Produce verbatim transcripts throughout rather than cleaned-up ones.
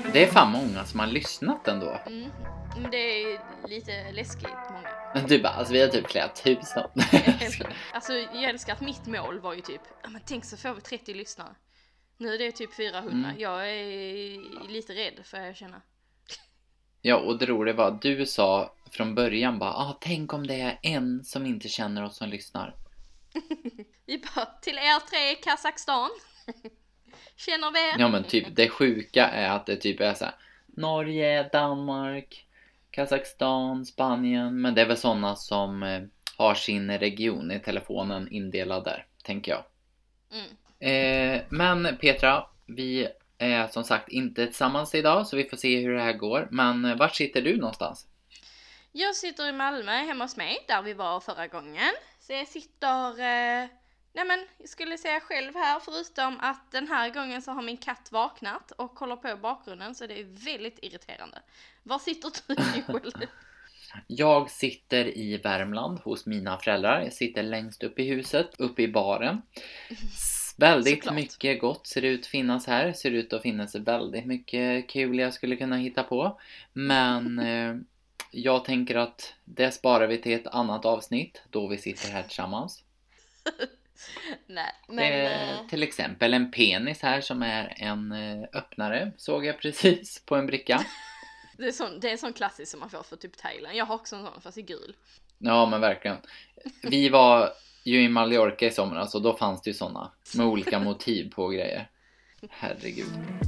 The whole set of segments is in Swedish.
Det är fan många som har lyssnat ändå. Mm. Det är lite läskigt många. Du bara, alltså vi har typ flera tusen. Alltså jag älskar att mitt mål var ju typ, ja men tänk så får vi trettio lyssnare. Nu är det typ fyrahundra. Mm. Jag är lite rädd för jag känner. Ja, och det roliga var att du sa från början bara, ah, tänk om det är en som inte känner oss som lyssnar. Vi bara, till er tre i Kazakstan. Känner vi er? Ja men typ, det sjuka är att det typ är så här, Norge, Danmark, Kazakstan, Spanien. Men det är väl sådana som eh, har sin region i telefonen indelad där, tänker jag. Mm. Eh, men Petra, vi är som sagt inte tillsammans idag, så vi får se hur det här går. Men vart sitter du någonstans? Jag sitter i Malmö hemma hos mig, där vi var förra gången. Så jag sitter, eh, nej men jag skulle säga själv här, förutom att den här gången så har min katt vaknat och kollar på i bakgrunden, så det är väldigt irriterande. Var sitter du, Joel? Jag sitter i Värmland hos mina föräldrar. Jag sitter längst upp i huset, uppe i baren. Väldigt Såklart. mycket gott ser ut att finnas här. Ser ut att finnas väldigt mycket kul jag skulle kunna hitta på. Men eh, jag tänker att det sparar vi till ett annat avsnitt då vi sitter här tillsammans. Nej, men... eh, till exempel en penis här som är en eh, öppnare. Såg jag precis på en bricka. Det är, sån, det är en sån klassisk som man får för typ Thailand. Jag har också en sån fast i gul. Ja men verkligen. Vi var ju i Mallorca i somras och då fanns det ju såna med olika motiv på grejer. Herregud.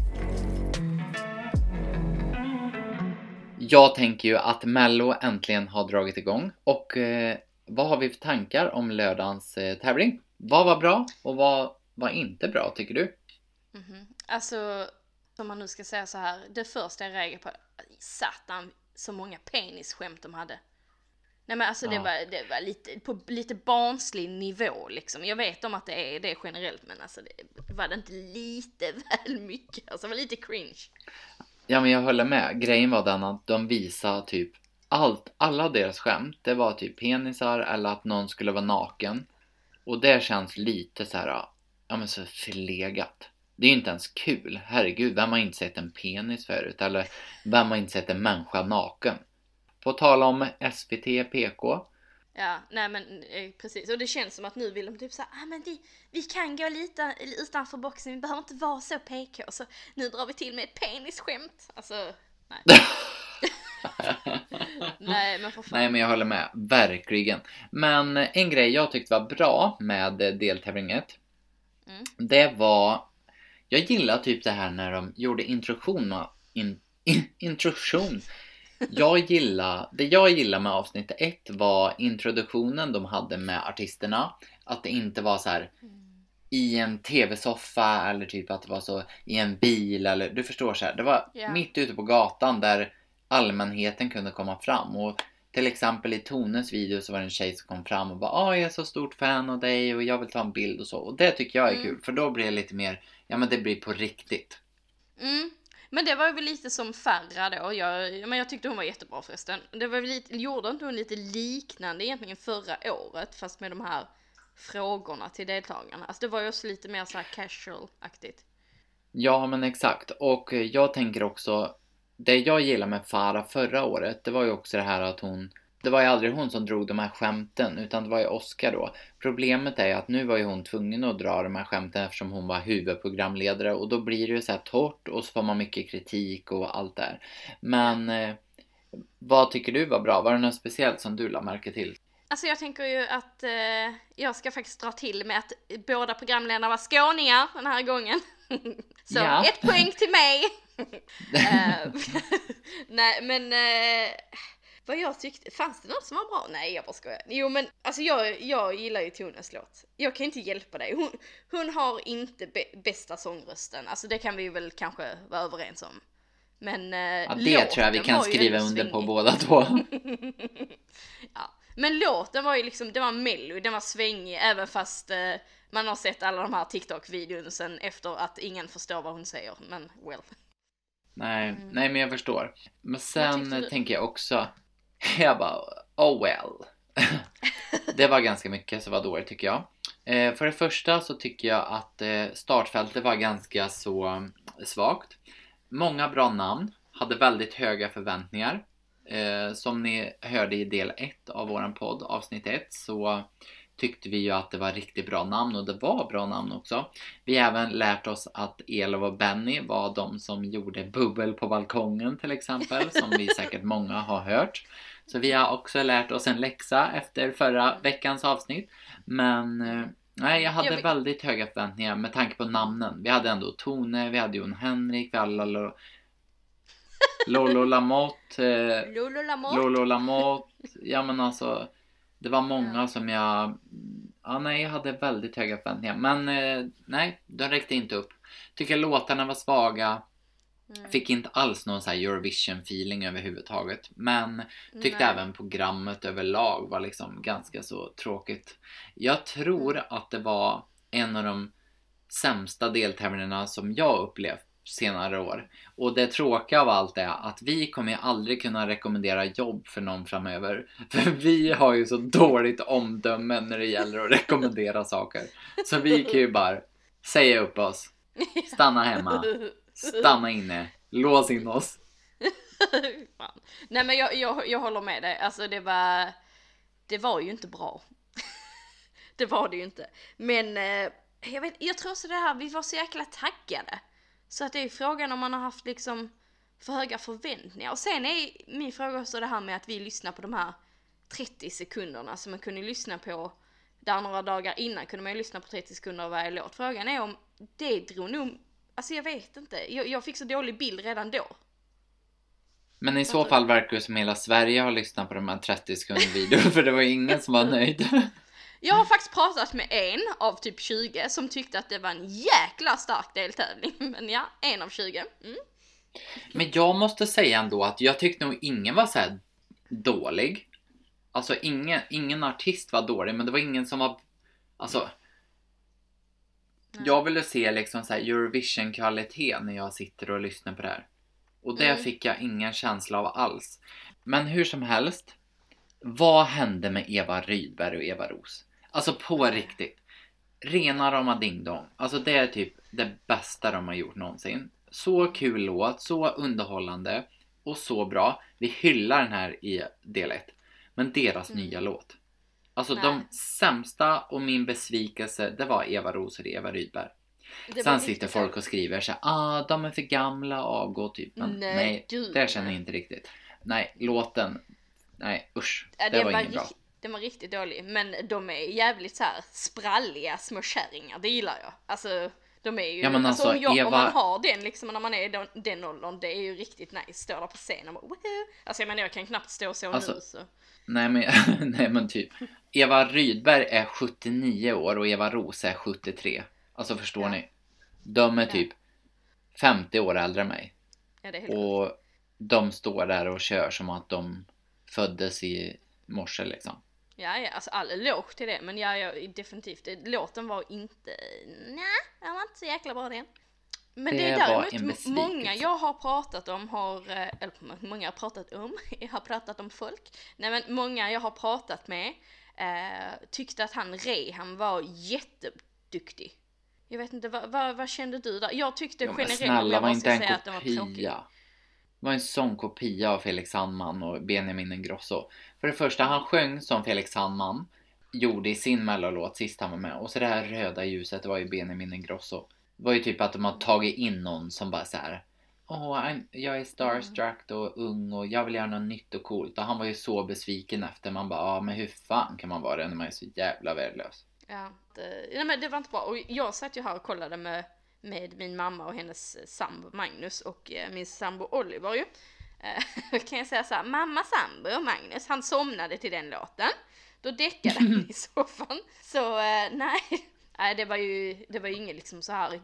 Jag tänker ju att Mello äntligen har dragit igång. Och eh, vad har vi för tankar om lördagens eh, tävling? Vad var bra och vad var inte bra tycker du? Mm-hmm. Alltså, om man nu ska säga så här. Det första jag reagerade på, satan så många penisskämt de hade. Nej men alltså ja. det, var, det var lite på lite barnslig nivå liksom. Jag vet om att det är det generellt, men alltså det var det inte lite väl mycket. Alltså det var lite cringe. Ja men jag håller med. Grejen var den att de visade typ allt, alla deras skämt. Det var typ penisar eller att någon skulle vara naken. Och det känns lite så här, ja men så förlegat. Det är ju inte ens kul. Herregud, vem har inte sett en penis förut? Eller vem har inte sett en människa naken? På tala om S V T P K. Ja, nej men eh, precis. Och det känns som att nu vill de typ säga, ah men vi, vi kan gå lite utanför boxen. Vi behöver inte vara så P K. Så nu drar vi till med ett penisskämt. Alltså, nej. nej, men för fan. Nej, men jag håller med. Verkligen. Men en grej jag tyckte var bra med deltävlinget. Mm. Det var... Jag gillar typ det här när de gjorde introduktion. In, in, introduktion. Jag gillar, det jag gillar med avsnitt ett var introduktionen de hade med artisterna. Att det inte var så här mm. i en tv-soffa eller typ att det var så i en bil eller du förstår så här. Det var yeah. mitt ute på gatan där allmänheten kunde komma fram. Och till exempel i Tones video så var det en tjej som kom fram och bara ah, jag är så stort fan av dig och jag vill ta en bild och så. Och det tycker jag är mm. kul för då blir det lite mer, ja men det blir på riktigt. Mm. Men det var ju lite som Farra då. Jag, men jag tyckte hon var jättebra förresten. Det var väl lite, gjorde inte hon lite liknande egentligen förra året fast med de här frågorna till deltagarna. Alltså det var ju också lite mer så här casual-aktigt. Ja men exakt. Och jag tänker också, det jag gillar med Farah förra året, det var ju också det här att hon, det var ju aldrig hon som drog de här skämten utan det var ju Oscar då. Problemet är ju att nu var ju hon tvungen att dra de här skämten eftersom hon var huvudprogramledare och då blir det ju så här torrt och så får man mycket kritik och allt där. Men eh, vad tycker du var bra? Var det något speciellt som du la märke till? Alltså jag tänker ju att eh, jag ska faktiskt dra till med att båda programledarna var skåningar den här gången. Så ja. Ett poäng till mig. uh, Nej men... Uh, vad jag tyckte, fanns det något som var bra? Nej, jag bara skojar. Jo, men alltså jag, jag gillar ju Tones låt. Jag kan inte hjälpa dig. Hon, hon har inte be, bästa sångrösten. Alltså det kan vi väl kanske vara överens om. Men ja, det tror jag vi kan skriva under på båda två. Ja, men låten var ju liksom, det var mello, den var svängig. Även fast eh, man har sett alla de här TikTok-videon sen efter att ingen förstår vad hon säger. Men well. Nej, mm. nej men jag förstår. Men sen tänker jag också, jag bara, oh well. Det var ganska mycket så var dåligt tycker jag. Eh, för det första så tycker jag att eh, startfältet var ganska så svagt. många bra namn. Hade väldigt höga förväntningar. Eh, som ni hörde i del ett av våran podd, avsnitt ett, så tyckte vi ju att det var riktigt bra namn, och det var bra namn också. Vi har även lärt oss att Elof och Benny var de som gjorde Bubbel på balkongen till exempel, som vi säkert många har hört. Så vi har också lärt oss en läxa efter förra veckans avsnitt. Men eh, nej, jag hade jag väldigt höga förväntningar med tanke på namnen. Vi hade ändå Tone, vi hade Jon Henrik, vi hade Lolo, Lolo Lamotte, eh, Lolo Lamotte. Lolo Lamotte. Ja, men alltså, det var många som jag... Ja, nej, jag hade väldigt höga förväntningar. Men eh, nej, de räckte inte upp. Tycker låtarna var svaga. Mm. Fick inte alls någon så här Eurovision-feeling överhuvudtaget. Men tyckte nej. Även programmet överlag var liksom ganska så tråkigt. Jag tror mm. att det var en av de sämsta deltävlingarna som jag upplevt senare år. Och det tråkiga av allt är att vi kommer ju aldrig kunna rekommendera jobb för någon framöver. För vi har ju så dåligt omdöme när det gäller att rekommendera saker. Så vi kan ju bara säga upp oss. Stanna hemma. Stanna inne. Lås in oss. Nej, men jag, jag, jag håller med dig. Alltså det var det var ju inte bra. Det var det ju inte. Men eh, jag vet, jag tror så det här, vi var så jäkla taggade. Så att det är frågan om man har haft liksom för höga förväntningar. Och sen är min fråga också det här med att vi lyssnar på de här trettio sekunderna som man kunde lyssna på. Där några dagar innan kunde man ju lyssna på trettio sekunder av varje låt. Frågan är om det drog nog... Alltså jag vet inte. Jag, jag fick så dålig bild redan då. Men i så fall verkar det som hela Sverige har lyssnat på de här trettio sekunder video. För det var ingen som var nöjd. Jag har faktiskt pratat med en av typ tjugo som tyckte att det var en jäkla stark deltävling. Men ja, en av tjugo. Mm. Men jag måste säga ändå att jag tyckte nog ingen var så här dålig. Alltså ingen, ingen artist var dålig, men det var ingen som var... Alltså... Nej. Jag ville se liksom så här Eurovision-kvalitet när jag sitter och lyssnar på det här. Och det mm. fick jag ingen känsla av alls. Men hur som helst, vad hände med Eva Rydberg och Eva Ros? Alltså på riktigt. Rena rama ding dong. Alltså det är typ det bästa de har gjort någonsin. Så kul låt, så underhållande och så bra. Vi hyllar den här i del ett. Men deras mm. nya låt. Alltså Nej. de sämsta och min besvikelse, det var Eva Ros och Eva Rydberg. Sen sitter folk och skriver så här, ah, de är för gamla, avgå typ. Men nej, nej du, det känner jag inte riktigt. Nej, låten, nej, usch. Ja, det var, var inget bra. Den var riktigt dålig, men de är jävligt så här spralliga små kärringar, det gillar jag. Alltså, de är ju, ja, men alltså, alltså om, jag, Eva... om man har den liksom när man är den, den åldern, det är ju riktigt nice. Stå där på scenen och bara, alltså jag menar, jag kan knappt stå så alltså, nu så. Nej men, nej men typ, Eva Rydberg är sjuttionio år och Eva Ros är sjuttiotre. Alltså förstår ja. ni? De är typ femtio år äldre än mig. Ja, det är helt och rätt. De står där och kör som att de föddes i morse liksom. Ja, ja, alltså all låg till det. Men ja, ja definitivt. Låten var inte... Nej, den var inte så jäkla bra den. Men det, det är däremot många jag har pratat om har... Eller många har pratat om. Jag har pratat om folk. Nej, men många jag har pratat med eh, tyckte att han Rehan var jätteduktig. Jag vet inte, vad, vad, vad kände du där? Jag tyckte jo, generellt snälla, om jag var bara ska inte säga att den var tråkig. Det var en sån kopia av Felix Sandman och Benjamin Ingrosso. För det första, han sjöng som Felix Sandman gjorde i sin mellolåt sist han var med. Och så det här röda ljuset, det var ju Benjamin Ingrosso. Det var ju typ att de har tagit in någon som bara så här: åh, oh, jag är starstruck och ung och jag vill göra något nytt och coolt. Och han var ju så besviken efter. Man bara, ja ah, men hur fan kan man vara det när man är så jävla värdelös? Ja, det, nej, men det var inte bra. Och jag satt ju här och kollade med, med min mamma och hennes sambo Magnus och eh, min sambo Oliver ju. Eh, kan jag säga så här, mamma, sambo och Magnus, han somnade till den låten. Då däckade han i soffan. Så eh, nej, nej, det var ju det var ju ingen liksom så här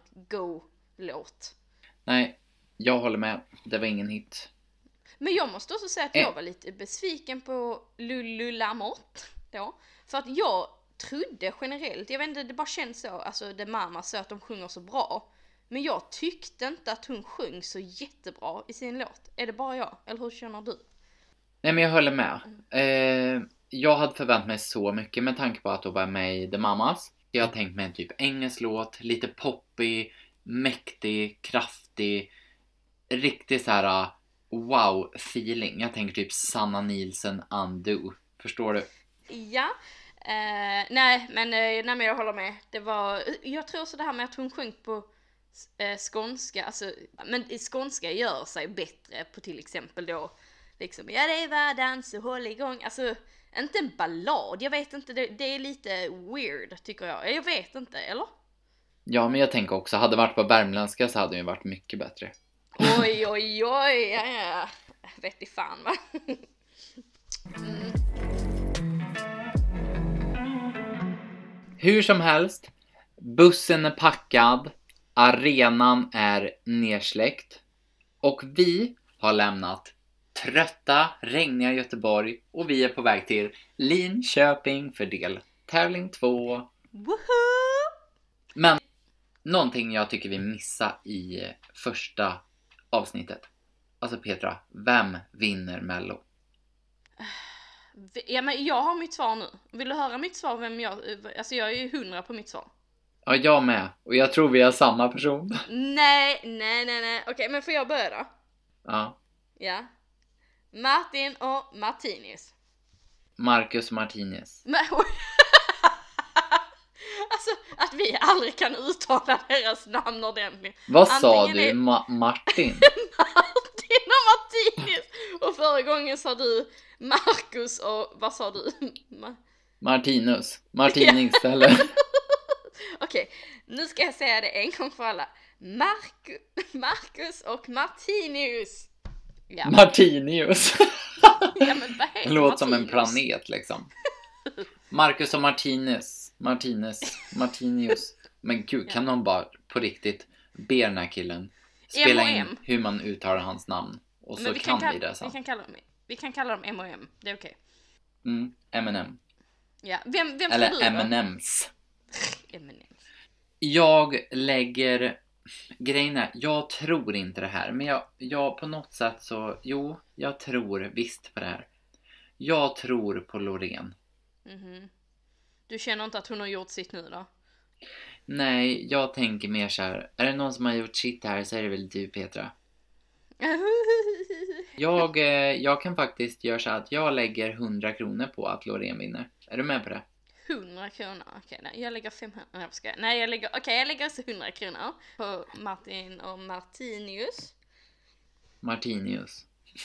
go-låt. Nej, jag håller med. Det var ingen hit. Men jag måste också säga att jag var lite besviken på Lulu Lamotte då. För att jag trodde generellt, jag vet inte, det bara känns så, alltså det mamma så att de sjunger så bra. Men jag tyckte inte att hon sjöng så jättebra i sin låt. Är det bara jag? Eller hur känner du? Nej, men jag håller med. Eh, jag hade förväntat mig så mycket med tanke på att hon var med i The Mamas. Jag har tänkt mig en typ engelsk låt, lite poppig, mäktig, kraftig. riktigt så här wow feeling. Jag tänker typ Sanna Nielsen Undo. Förstår du? Ja. Uh, nej, men, uh, nej, men jag håller med. Det var, jag tror så det här med att hon sjöng på uh, skånska, alltså, men skånska gör sig bättre på till exempel då, liksom, ja det var dans och håll igång, alltså, inte en ballad, jag vet inte, det, det är lite weird tycker jag, jag vet inte, eller? Ja, men jag tänker också, hade det varit på värmländska så hade det ju varit mycket bättre. Oj, oj, oj, ja, ja, vet i fan va? mm. Hur som helst, bussen är packad, arenan är nersläckt och vi har lämnat trötta, regniga Göteborg och vi är på väg till Linköping för deltävling två. Woohoo! Men någonting jag tycker vi missar i första avsnittet. Alltså Petra, vem vinner Mello? Ja, men jag har mitt svar nu. Vill du höra mitt svar? Vem jag, alltså jag är ju hundra på mitt svar. Ja, jag med. Och jag tror vi har samma person. Nej, nej, nej, nej. Okej, men får jag börja då? Ja. Ja. Martin och Martinez. Marcus Martinez. Men, alltså, att vi aldrig kan uttala deras namn ordentligt. Vad sa du? Är... Ma- Martin? Martin och Martinez. Och förra gången sa du Marcus och vad sa du? Ma- Martinus. Martinez eller? Okej, okay, nu ska jag säga det en gång för alla. Marcus, Marcus och Martinus. Ja. Martinius. Ja, men vad heter det låter som en planet liksom. Marcus och Martinez. Martinez. Martinius. Men gud, kan ja. någon bara på riktigt be den här killen spela M och M. In hur man uttalar hans namn. Och så vi kan, kan vi det sen. Vi kan kalla dem, vi kan kalla dem M och M. Det är okej. Okay. Mm, M and M. Ja, vem, vem eller tror du M and M's. M and M's. Jag lägger grejen är, jag tror inte det här, men jag, jag på något sätt så, jo, jag tror visst på det här. Jag tror på Loreen. Mm-hmm. Du känner inte att hon har gjort sitt nu då? Nej, jag tänker mer så här, är det någon som har gjort sitt här så är det väl du, Petra. jag, jag kan faktiskt göra så att jag lägger hundra kronor på att Loreen vinner. Är du med på det? hundra kronor, okej, okay, jag lägger femhundra, nej jag ska, nej jag lägger, okej okay, jag lägger alltså hundra kronor på Martin och Martinius. Martinius.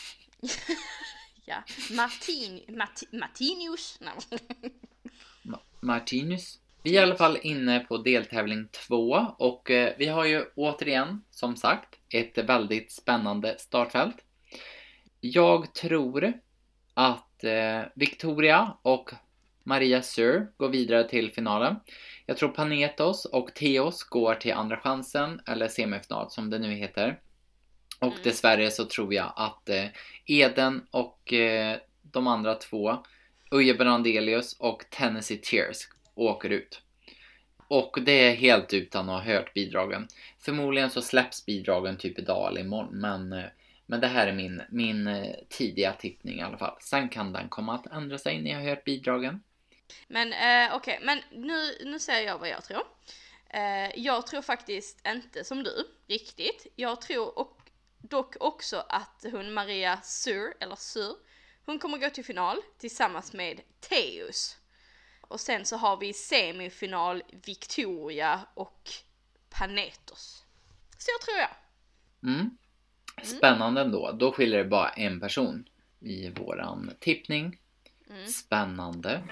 Ja, Martin, Marti, Martinius. Ma- Martinus. Vi är i alla fall inne på deltävling två och eh, vi har ju återigen, som sagt, ett väldigt spännande startfält. Jag tror att eh, Victoria och Maria Sur går vidare till finalen. Jag tror Panetos och Theos går till andra chansen, eller semifinal som det nu heter. Och mm. dessvärre så tror jag att eh, Eden och eh, de andra två, Uje Brandelius och Tennessee Tears, åker ut. Och det är helt utan att ha hört bidragen. Förmodligen så släpps bidragen typ idag eller imorgon, men... Eh, Men det här är min, min tidiga tippning i alla fall. Sen kan den komma att ändra sig när jag har hört bidragen. Men eh, okej, okay. men nu, nu säger jag vad jag tror. Eh, jag tror faktiskt inte som du, riktigt. Jag tror och, dock också att hon Maria Sur, eller Sur, hon kommer gå till final tillsammans med Theus. Och sen så har vi semifinal Victoria och Panetos. Så jag tror jag. Mm. Spännande ändå. Då skiljer det bara en person i våran tippning. Mm. Spännande.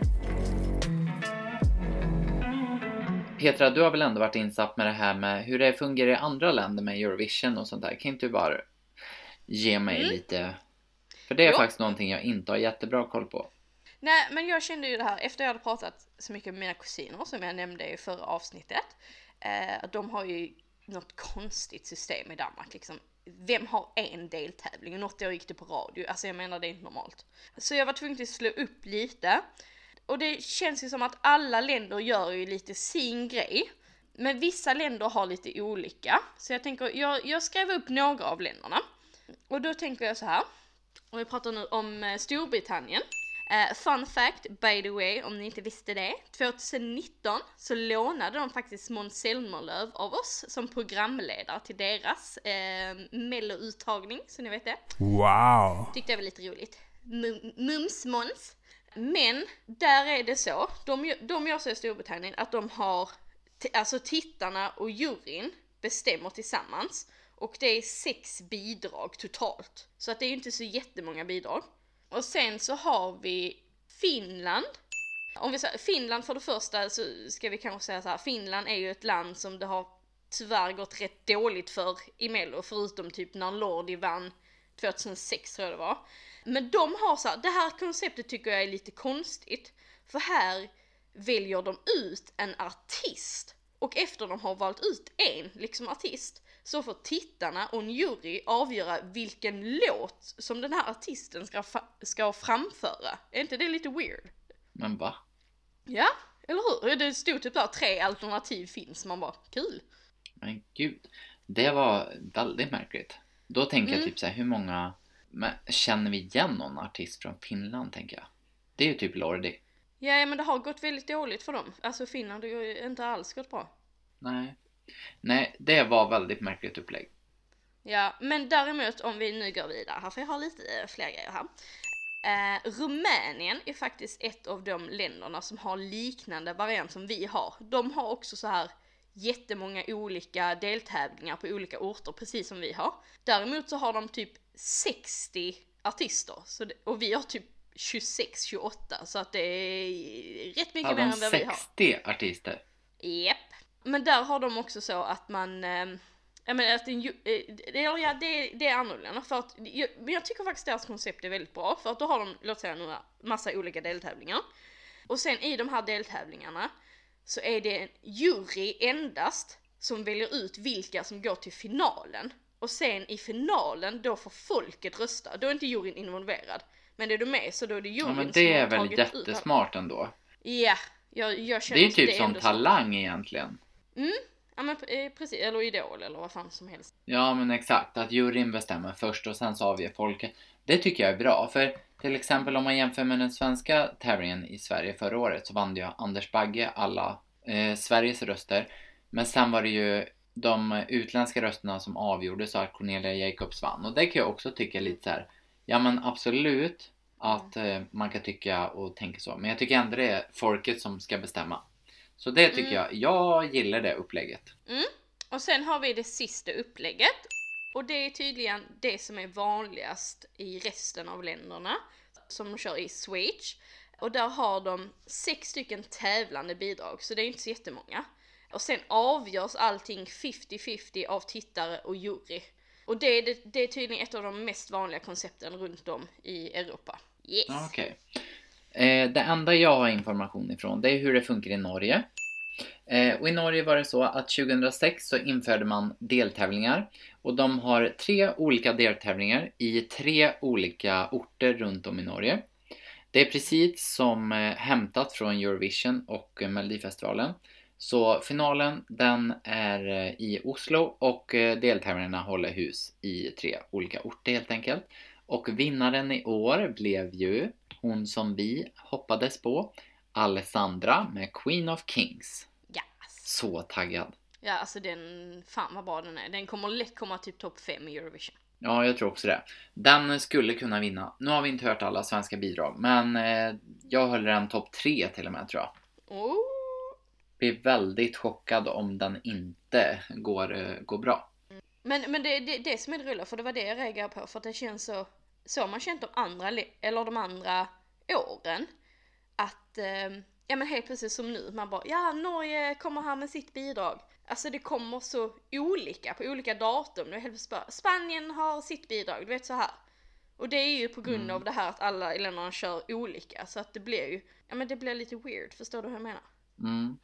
Petra, du har väl ändå varit insatt med det här med hur det fungerar i andra länder med Eurovision och sånt där. Kan inte du bara ge mig mm. lite... För det är jo. faktiskt någonting jag inte har jättebra koll på. Nej, men jag kände ju det här efter jag hade pratat så mycket med mina kusiner som jag nämnde i förra avsnittet. Eh, de har ju något konstigt system i Danmark liksom. Vem har en deltävling? Och något jag gick det på radio. Alltså jag menar det är inte normalt. Så jag var tvungen att slå upp lite. Och det känns ju som att alla länder gör ju lite sin grej. Men vissa länder har lite olika. Så jag tänker, jag, jag skrev upp några av länderna. Och då tänker jag så här. Och vi pratar nu om Storbritannien. Uh, fun fact, by the way, om ni inte visste det. tjugonitton så lånade de faktiskt Måns Zelmerlöw av oss som programledare till deras uh, mellouttagning, så ni vet det. Wow! Tyckte jag var lite roligt. Mums Måns. Men där är det så, de, de gör så i Storbritannien att de har, t- alltså tittarna och juryn bestämmer tillsammans. Och det är sex bidrag totalt. Så att det är ju inte så jättemånga bidrag. Och sen så har vi Finland. Om vi säger Finland för det första, så ska vi kanske säga så här. Finland är ju ett land som det har tyvärr gått rätt dåligt för i Mello. Förutom typ när Lordi vann tjugohundrasex tror jag det var. Men de har så här, det här konceptet tycker jag är lite konstigt. För här väljer de ut en artist. Och efter de har valt ut en liksom artist, så får tittarna och en jury avgöra vilken låt som den här artisten ska, fa- ska framföra. Är inte det lite weird? Men va? Ja, eller hur? Det stod typ där tre alternativ finns, man bara, kul. Men gud, det var väldigt märkligt. Då tänker Mm. jag typ så här, hur många... Men känner vi igen någon artist från Finland, tänker jag? Det är ju typ Lordi. Ja, men det har gått väldigt dåligt för dem. Alltså Finland, det har ju inte alls gått bra. Nej. Nej, det var väldigt märkligt upplägg. Ja, men däremot om vi nu går vidare här, för jag har lite äh, fler grejer här. Eh, Rumänien är faktiskt ett av de länderna som har liknande variant som vi har. De har också så här jättemånga olika deltävlingar på olika orter, precis som vi har. Däremot så har de typ sextio artister, så det, och vi har typ tjugosex tjugoåtta, så att det är rätt mycket Har mer de än vad vi har. sextio artister? Japp. Men där har de också så att man, eh, jag menar att en, eh, det, ja, det, det är annorlunda för att, jag, men jag tycker faktiskt deras koncept är väldigt bra, för att då har de, låt säga, några massa olika deltävlingar. Och sen i de här deltävlingarna så är det en jury endast som väljer ut vilka som går till finalen. Och sen i finalen, då får folket rösta. Då är inte juryn involverad. Men är du med, så då är det juryn Ja, men som det har är väl tagit jättesmart ändå. Ja, jag, jag känner Det är att typ är som ändå Talang smart. egentligen. Mm, ja men eh, precis, eller Idol eller vad fan som helst. Ja, men exakt. Att juryn bestämmer först och sen så avgör folket. Det tycker jag är bra. För till exempel om man jämför med den svenska tävlingen i Sverige förra året, så vann ju Anders Bagge alla eh, Sveriges röster. Men sen var det ju de utländska rösterna som avgjorde, så att Cornelia Jacobs vann. Och det kan jag också tycka lite så här. Ja, men absolut att eh, man kan tycka och tänka så. Men jag tycker ändå det är folket som ska bestämma. Så det tycker Mm. jag. Jag gillar det upplägget. Mm. Och sen har vi det sista upplägget. Och det är tydligen det som är vanligast i resten av länderna som de kör i Schweiz. Och där har de sex stycken tävlande bidrag, så det är inte så jättemånga. Och sen avgörs allting femtio femtio av tittare och jury. Och det är, det, det är tydligen ett av de mest vanliga koncepten runt om i Europa. Yes. Okej. Okay. Eh, det enda jag har information ifrån, det är hur det funkar i Norge. Eh, och i Norge var det så att tjugohundrasex så införde man deltävlingar. Och de har tre olika deltävlingar i tre olika orter runt om i Norge. Det är precis som eh, hämtat från Eurovision och eh, Melodifestivalen. Så finalen, den är eh, i Oslo och eh, deltävlingarna håller hus i tre olika orter helt enkelt. Och vinnaren i år blev ju hon som vi hoppades på, Alessandra med Queen of Kings. Yes. Så taggad. Ja, alltså den, fan vad bra den är. Den kommer lätt komma typ topp fem i Eurovision. Ja, jag tror också det. Den skulle kunna vinna. Nu har vi inte hört alla svenska bidrag, men eh, jag håller den topp tre till och med, tror jag. Oh. Blir väldigt chockad om den inte går, eh, går bra. Men, men det är det, det som är det roliga, för det var det jag reagerade på, för att det känns så, så har man känt de andra, eller de andra åren, att, eh, ja men helt precis som nu, man bara, ja Norge kommer här med sitt bidrag. Alltså det kommer så olika, på olika datum. Du är helt bara, Spanien har sitt bidrag, du vet så här. Och det är ju på grund Mm. av det här att alla länderna kör olika, så att det blir ju, ja men det blir lite weird, förstår du hur jag menar? Mm.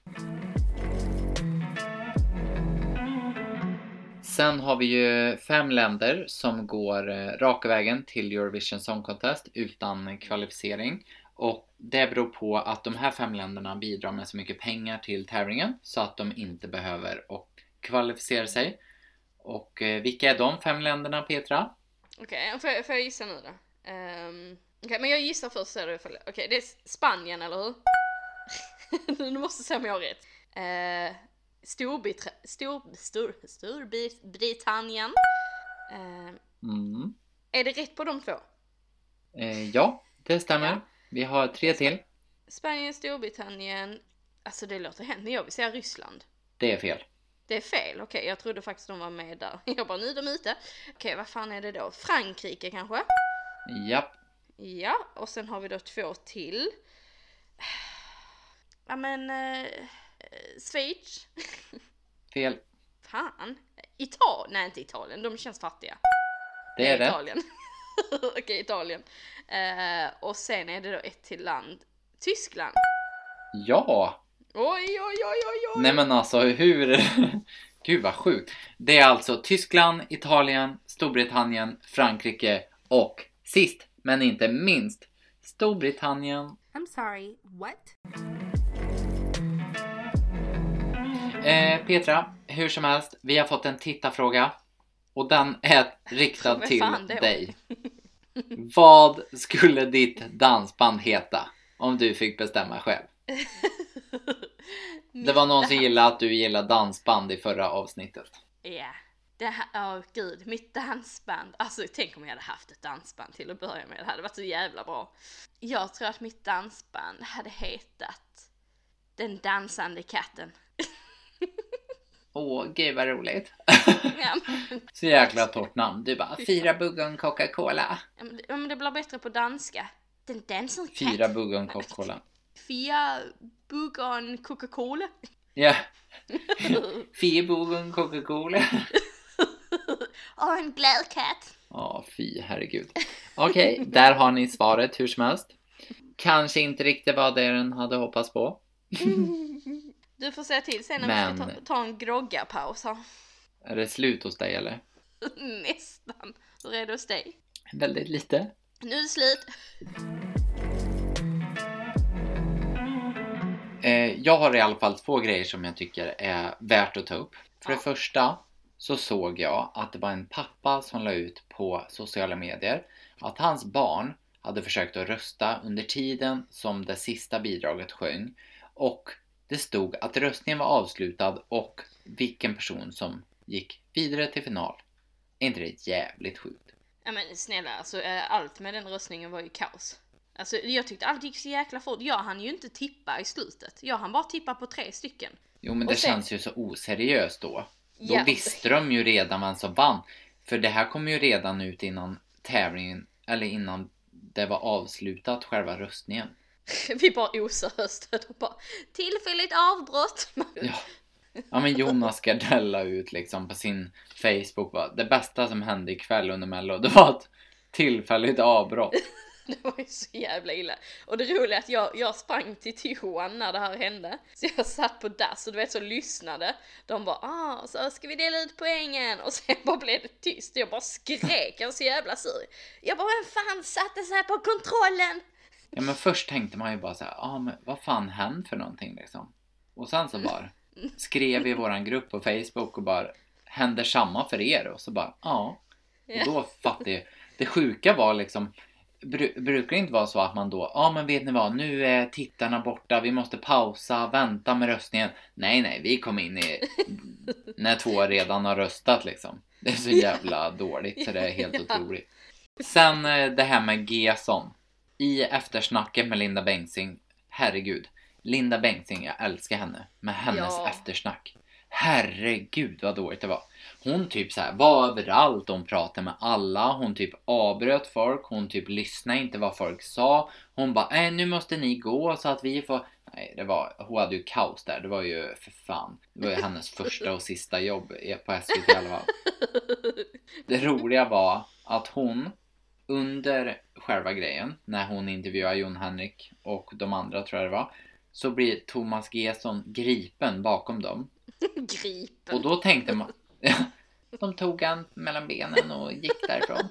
Sen har vi ju fem länder som går eh, raka vägen till Eurovision Song Contest utan kvalificering. Och det beror på att de här fem länderna bidrar med så mycket pengar till tävlingen så att de inte behöver och kvalificera sig. Och eh, vilka är de fem länderna, Petra? Okej, okay, får, får jag gissa nu då? Um, Okej, okay, men jag gissar först så är det ifall... Okej, okay, det är Spanien, eller hur? Du måste säga om jag har rätt. Eh, Storbrit- Stor... Stor... Storbritannien. Eh, mm. Är det rätt på de två? Eh, ja, det stämmer. Ja. Vi har tre till. Spanien, Storbritannien. Alltså det låter hänt, men jag vill säga Ryssland. Det är fel. Det är fel, okej. Okay, jag trodde faktiskt de var med där. Jag bara, nu är de ute. Okej, okay, vad fan är det då? Frankrike kanske? Japp. Ja, och sen har vi då två till. Ja men, eh, Schweiz. Fel. Fan. Italien, nej inte Italien, de känns fattiga. Det är det. Italien. Okej, okay, Italien. Eh, och sen är det då ett till land. Tyskland. Ja. Oj, oj, oj, oj, oj. Nej men alltså hur... Gud vad sjukt. Det är alltså Tyskland, Italien, Storbritannien, Frankrike och sist men inte minst Storbritannien. I'm sorry, what? Eh, Petra, hur som helst, vi har fått en tittarfråga och den är riktad till dig. Vad skulle ditt dansband heta om du fick bestämma själv? Det var någon som gillade att du gillade dansband i förra avsnittet. Ja, yeah. Det här, åh oh, gud, mitt dansband. Alltså tänk om jag hade haft ett dansband till att börja med. Det hade varit så jävla bra. Jag tror att mitt dansband hade hetat Den dansande katten. Åh, gud vad roligt. Ja, men... Så jäkla torrt namn. Du bara, fyra buggon Coca-Cola. Ja, men, det, men det blir bättre på danska. Den dansande katten. Fyra buggon Coca-Cola. Fyra buggon Coca-Cola. Ja. Fyra buggon Coca-Cola. Och en glad katt. Ja, fy, herregud. Okej, okay, där har ni svaret hur som helst. Kanske inte riktigt vad det den hade hoppats på. Du får säga till sen när Men... vi ska ta, ta en grogga-paus här. Är det slut hos dig eller? Nästan. Hur är det hos dig? Väldigt lite. Nu är det slut. Eh, jag har i alla fall två grejer som jag tycker är värt att ta upp. För ja. det första så såg jag att det var en pappa som la ut på sociala medier att hans barn hade försökt att rösta under tiden som det sista bidraget sjöng. Och det stod att röstningen var avslutad och vilken person som gick vidare till final. Är inte det jävligt sjukt? Ja men snälla, alltså allt med den röstningen var ju kaos. Alltså jag tyckte allt gick så jäkla fort. Jag hann ju inte tippa i slutet. Jag hann bara tippa på tre stycken. Jo men det sen... känns ju så oseriöst då. Då ja. visste de ju redan vem som vann. För det här kom ju redan ut innan tävlingen, eller innan det var avslutat själva röstningen. Vi bara oseriöst och bara tillfälligt avbrott. Ja. Ja men Jonas Gardella ut liksom på sin Facebook bara, det bästa som hände ikväll under Mello, det var ett tillfälligt avbrott. Det var ju så jävla illa. Och det roliga är att jag, jag sprang till Tijuana när det här hände. Så jag satt på dass och du vet så lyssnade. De bara, ah, så ska vi dela ut poängen. Och sen bara blev det tyst. Jag bara skrek, jag var så jävla sur. Jag bara, vem fan satte sig på kontrollen? Ja men först tänkte man ju bara så här, ja ah, men vad fan hände för någonting liksom. Och sen så bara skrev vi i våran grupp på Facebook och bara, händer samma för er? Och så bara, ja. Och då fattade jag, det sjuka var liksom, bru- brukar det inte vara så att man då, ja ah, men vet ni vad, nu är tittarna borta, vi måste pausa, vänta med röstningen. Nej nej, vi kom in i, när två redan har röstat liksom. Det är så jävla dåligt så det är helt otroligt. Sen det här med Gesson. I eftersnacket med Linda Bengtzing, herregud, Linda Bengtzing, jag älskar henne med hennes ja. eftersnack. Herregud vad dåligt det var. Hon typ så här var överallt, hon pratade med alla, hon typ avbröt folk, hon typ lyssnade inte vad folk sa. Hon bara, nej nu måste ni gå så att vi får... Nej, det var, hon hade ju kaos där, det var ju för fan. Det var ju hennes första och sista jobb på S V T i alla fall. Det roliga var att hon under själva grejen, när hon intervjuar Jon Henrik och de andra tror jag det var, så blir Thomas Gesson gripen bakom dem. Gripen? Och då tänkte man, de tog han mellan benen och gick därifrån.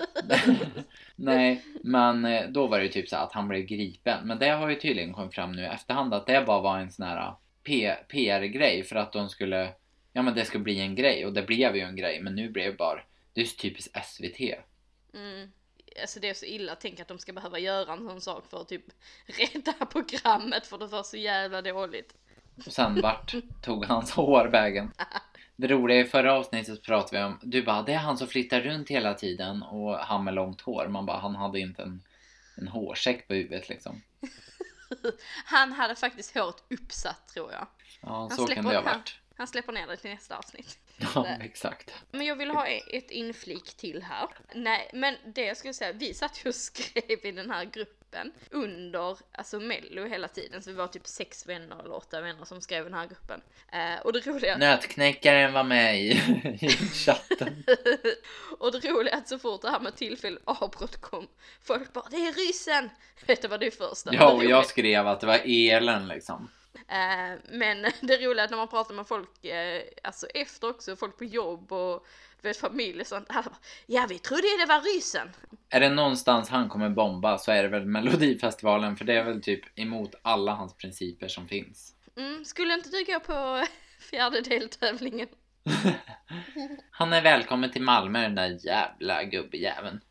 Nej, men då var det ju typ så att han blev gripen. Men det har ju tydligen kommit fram nu i efterhand att det bara var en sån här P- P R-grej för att de skulle, ja men det skulle bli en grej och det blev ju en grej, men nu blev det bara, det är ju typiskt S V T. Mm. alltså det är så illa, tänk att de ska behöva göra en sån sak för att typ rädda programmet för det var så jävla dåligt. Och sen vart tog hans hår vägen. Det roliga i förra avsnittet så pratade vi om, du bara, det är han som flyttar runt hela tiden och han med långt hår. Man bara, han hade inte en, en hårsäck på huvudet liksom. Han hade faktiskt håret uppsatt, tror jag. Ja, han så kan det ha varit. Han, han släpper ner det till nästa avsnitt. Ja, exakt. Men jag vill ha ett inflik till här. Nej, men det jag skulle säga, vi satt ju och skrev i den här gruppen under, alltså Mello hela tiden. Så vi var typ sex vänner eller åtta vänner som skrev den här gruppen. Eh, och det roliga... Nötknäckaren var med i, i chatten. Och det roliga är att så fort det här med tillfälligt avbrott kom, folk bara, det är ryssen! Vet du vad det är första? Ja, och jag skrev att det var elen liksom. Uh, men det roliga är att när man pratar med folk uh, alltså efter också, folk på jobb och vet, familj och sånt, alla bara, ja vi trodde det var ryssen. Är det någonstans han kommer bomba så är det väl Melodifestivalen, för det är väl typ emot alla hans principer som finns. Mm, skulle inte du gå på fjärde deltävlingen? Han är välkommen till Malmö, den där jävla gubbjäveln.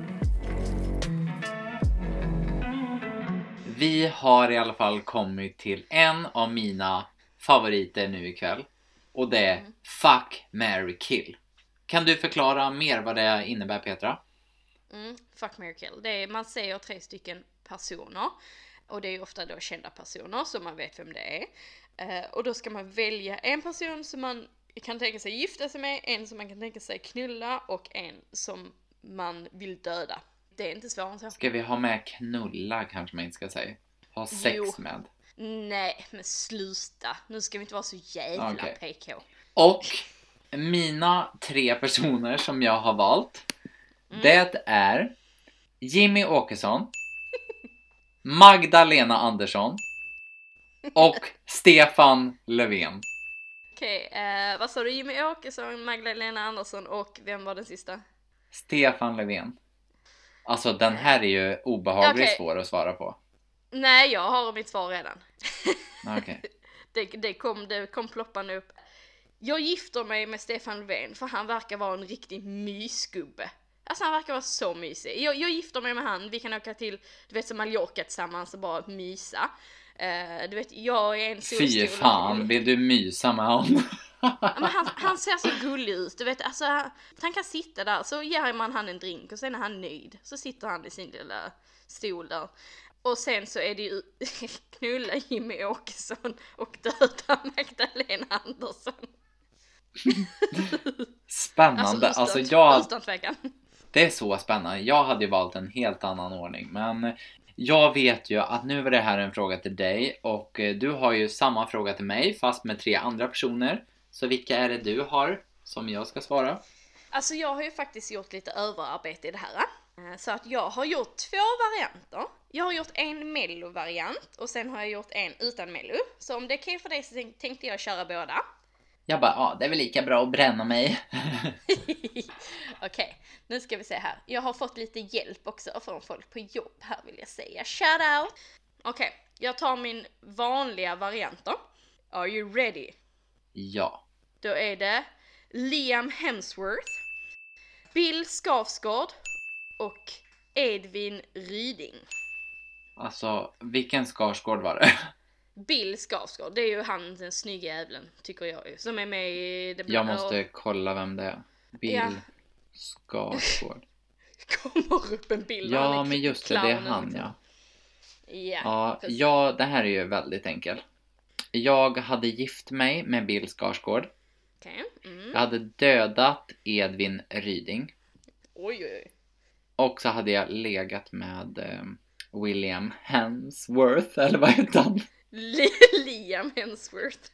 Vi har i alla fall kommit till en av mina favoriter nu ikväll. Och det är mm. Fuck, Marry, Kill. Kan du förklara mer vad det innebär, Petra? Mm, fuck, marry, kill. Det är, man säger tre stycken personer. Och det är ofta då kända personer så man vet vem det är. Uh, och då ska man välja en person som man kan tänka sig gifta sig med. En som man kan tänka sig knulla. Och en som man vill döda. Det är inte svårare än så. Ska vi ha med knulla kanske man inte ska säga? Ha sex jo. med? Nej, men sluta. Nu ska vi inte vara så jävla okay. P K. Och mina tre personer som jag har valt. Mm. Det är Jimmy Åkesson, Magdalena Andersson och Stefan Löfven. Okej, okay, eh, vad sa du? Jimmy Åkesson, Magdalena Andersson och vem var den sista? Stefan Löfven. Alltså den här är ju obehagligt okay. svår att svara på. Nej, jag har mitt svar redan. Okay. det, det, kom, det kom ploppande upp. Jag gifter mig med Stefan Löfven för han verkar vara en riktig mysgubbe. Alltså han verkar vara så mysig. Jag, jag gifter mig med han, vi kan åka till, du vet, som Mallorca tillsammans och bara mysa. Uh, du vet, jag är en solstol. Fy fan, vill du mysa med honom? Ja, men han, han ser så gullig ut, du vet, alltså han kan sitta där, så ger man han en drink och sen är han nöjd. Så sitter han i sin lilla stol där. Och sen så är det ju knulla Jimmy Åkesson och döda Magdalena Andersson. Spännande, alltså, alltså jag... Utan det är så spännande, jag hade ju valt en helt annan ordning, men... Jag vet ju att nu var det här en fråga till dig och du har ju samma fråga till mig fast med tre andra personer. Så vilka är det du har som jag ska svara? Alltså jag har ju faktiskt gjort lite överarbete i det här. Så att jag har gjort två varianter. Jag har gjort en Mello-variant och sen har jag gjort en utan Mello. Så om det är okej för dig så tänkte jag köra båda. Jag bara, ja det är väl lika bra att bränna mig. Okej, okay, nu ska vi se här. Jag har fått lite hjälp också från folk på jobb här vill jag säga. Shout out! Okej, okay, jag tar min vanliga variant då. Are you ready? Ja. Då är det Liam Hemsworth, Bill Skarsgård och Edvin Ryding. Alltså, vilken Skarsgård var det? Bill Skarsgård, det är ju han den snygga jävlen, tycker jag ju, som är med i det. Jag måste kolla vem det är. Bill ja. Skarsgård. Kommer upp en bild. Ja, men just det, det är han, ja. Ja, ja, ja, det här är ju väldigt enkelt. Jag hade gift mig med Bill Skarsgård. Okay. Mm. Jag hade dödat Edvin Ryding. Oj, oj. Och så hade jag legat med eh, William Hemsworth, eller vad heter han? Liam Hemsworth.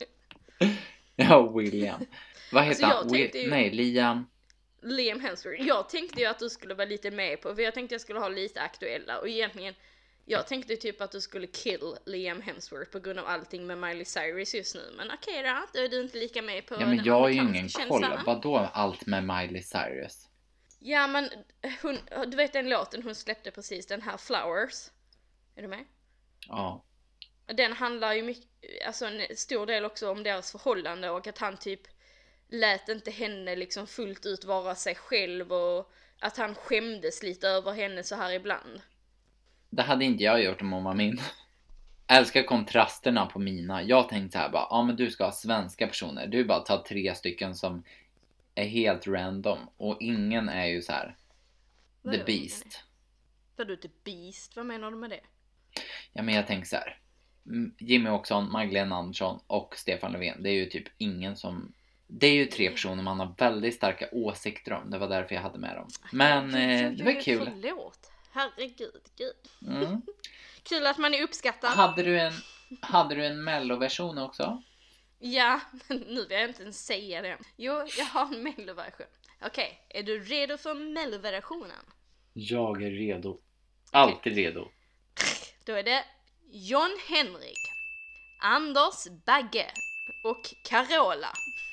Ja, William. Vad heter alltså, han? Ju... Nej, Liam. Liam Hemsworth. Jag tänkte ju att du skulle vara lite med på, för jag tänkte jag skulle ha lite aktuella. Och egentligen, jag tänkte typ att du skulle kill Liam Hemsworth på grund av allting med Miley Cyrus just nu. Men okej okay då, då är du inte lika med på. Ja, men jag har ju ingen koll. Vadå allt med Miley Cyrus? Ja, men hon, du vet den låten hon släppte precis, den här Flowers. Är du med? Ja. Den handlar ju mycket, alltså en stor del också om deras förhållande och att han typ lät inte henne liksom fullt ut vara sig själv och att han skämdes lite över henne så här ibland. Det hade inte jag gjort om hon var min. Jag älskar kontrasterna på mina. Jag tänkte så här bara, ja men du ska ha svenska personer. Du bara tar tre stycken som är helt random. Och ingen är ju så här The Beast. Vadå The Beast? Vad menar du med det? Ja men jag tänker så här. Jimmy Åkesson, Magdalena Andersson och Stefan Löfven. Det är ju typ ingen som... Det är ju tre personer man har väldigt starka åsikter om. Det var därför jag hade med dem. Men eh, det var kul. Förlåt. Herregud, gud. Mm. Kul att man är uppskattad. Hade du en, hade du en melloversion också? Ja, nu vill jag inte ens säga det. Jo, jag har en melloversion. Okej, okay, är du redo för melloversionen? Jag är redo. Alltid okay. redo. Då är det John Henrik, Anders Bagge och Carola.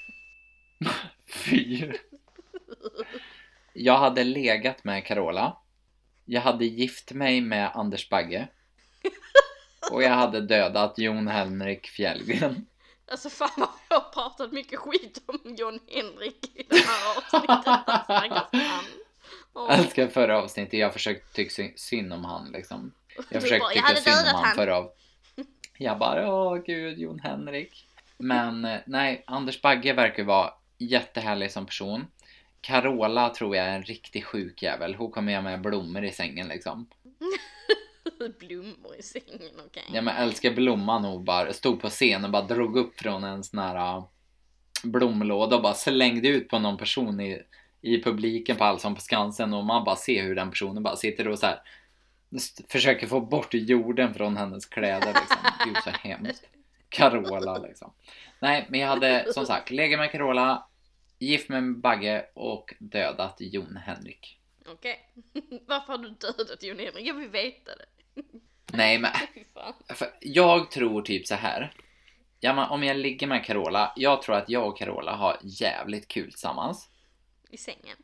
Fy. Jag hade legat med Carola. Jag hade gift mig med Anders Bagge. Och jag hade dödat Jon Henrik Fjällgren. Alltså fan vad jag har pratat mycket skit om John Henrik i det här avsnittet. Oh. Jag älskar förra avsnittet. Jag försökte tycka synd om han liksom. Jag försökte bara, tycka jag synd om han, han förra av. Jag bara, åh gud, Jon Henrik. Men nej, Anders Bagge verkar vara jättehärlig som person. Carola tror jag är en riktigt sjuk jävel. Hon kommer med blommor i sängen liksom. Blommor i sängen, okej. Okay. Ja men älskar blomman och bara stod på scen och bara drog upp från en sån här blomlåda och bara slängde ut på någon person i, i publiken på Allsång på Skansen. Och man bara ser hur den personen bara sitter och så här försöker få bort jorden från hennes kläder liksom. Gud så hemskt. Carola liksom. Nej men jag hade som sagt legat med Carola, gift med Bagge och dödat Jon Henrik. Okej. Okay. Varför har du dödat Jon Henrik? Jag vill veta det. Nej men för jag tror typ så här. Ja, men om jag ligger med Carola, jag tror att jag och Carola har jävligt kul tillsammans. I sängen.